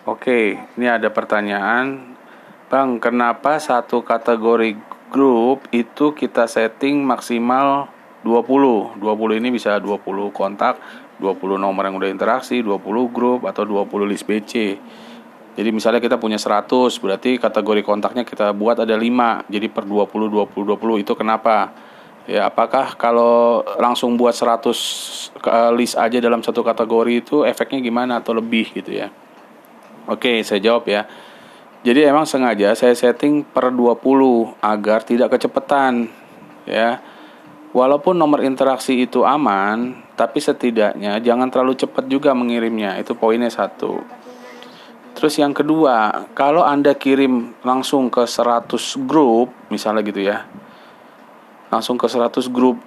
Oke, ini ada pertanyaan. Bang, kenapa satu kategori grup itu kita setting maksimal 20? 20 ini bisa 20 kontak, 20 nomor yang udah interaksi, 20 grup, atau 20 list BC. Jadi misalnya kita punya 100, berarti kategori kontaknya kita buat ada 5. Jadi per 20, 20, 20, itu kenapa? Ya, apakah kalau langsung buat 100 list aja dalam satu kategori itu efeknya gimana atau lebih gitu ya? Oke, saya jawab ya. Jadi emang sengaja saya setting per 20 agar tidak kecepatan ya. Walaupun nomor interaksi itu aman, tapi setidaknya jangan terlalu cepat juga mengirimnya. Itu poinnya satu. Terus yang kedua, kalau Anda kirim langsung ke 100 grup, misalnya gitu ya. Langsung ke 100 grup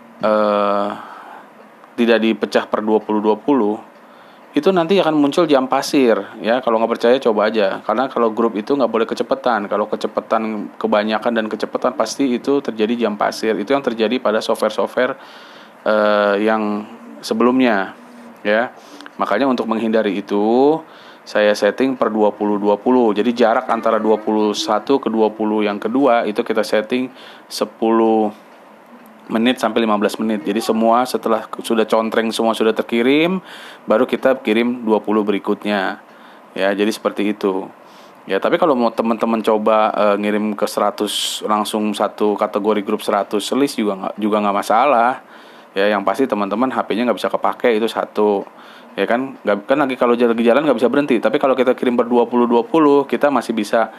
tidak dipecah per 20-20, itu nanti akan muncul jam pasir ya. Kalau nggak percaya coba aja, karena kalau grup itu nggak boleh kecepatan. Kalau kecepatan kebanyakan dan kecepatan pasti itu terjadi jam pasir. Itu yang terjadi pada software-software yang sebelumnya ya. Makanya untuk menghindari itu saya setting per 20-20. Jadi jarak antara 21 ke 20 yang kedua itu kita setting 10 menit sampai 15 menit. Jadi semua setelah sudah contreng, semua sudah terkirim, baru kita kirim 20 berikutnya. Ya, jadi seperti itu. Ya, tapi kalau mau teman-teman coba ngirim ke 100 langsung satu kategori grup 100 list juga nggak masalah. Ya, yang pasti teman-teman HP-nya nggak bisa kepake, itu satu. Ya kan, kan lagi kalau lagi jalan nggak bisa berhenti. Tapi kalau kita kirim per 20-20, kita masih bisa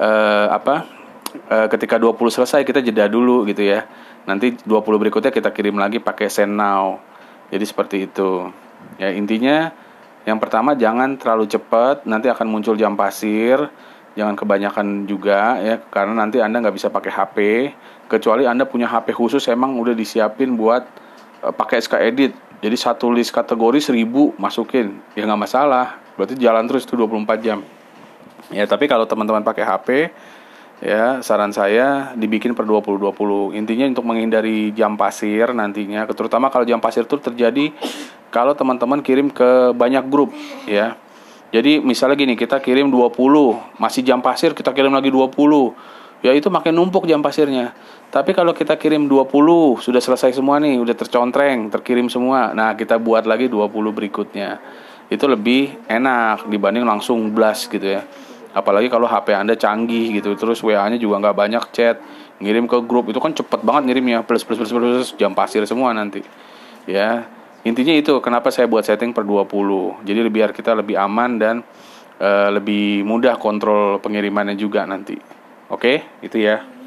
ketika 20 selesai kita jeda dulu gitu ya. Nanti 20 berikutnya kita kirim lagi pakai send now. Jadi seperti itu. Ya, intinya yang pertama jangan terlalu cepat, nanti akan muncul jam pasir. Jangan kebanyakan juga ya, karena nanti Anda nggak bisa pakai HP. Kecuali Anda punya HP khusus emang udah disiapin buat pakai SK Edit. Jadi satu list kategori 1000 masukin, ya nggak masalah. Berarti jalan terus tuh 24 jam. Ya, tapi kalau teman-teman pakai HP, ya saran saya dibikin per 20-20. Intinya untuk menghindari jam pasir nantinya, terutama kalau jam pasir itu terjadi kalau teman-teman kirim ke banyak grup ya. Jadi misalnya gini, kita kirim 20, masih jam pasir, kita kirim lagi 20. Ya itu makin numpuk jam pasirnya. Tapi kalau kita kirim 20, sudah selesai semua nih, udah tercontreng, terkirim semua. Nah, kita buat lagi 20 berikutnya. Itu lebih enak dibanding langsung blast gitu ya. Apalagi kalau HP Anda canggih gitu, terus WA-nya juga nggak banyak chat, ngirim ke grup itu kan cepet banget ngirimnya, plus jam pasir semua nanti. Ya, intinya itu kenapa saya buat setting per 20. Jadi biar kita lebih aman dan lebih mudah kontrol pengirimannya juga nanti. Oke, itu ya.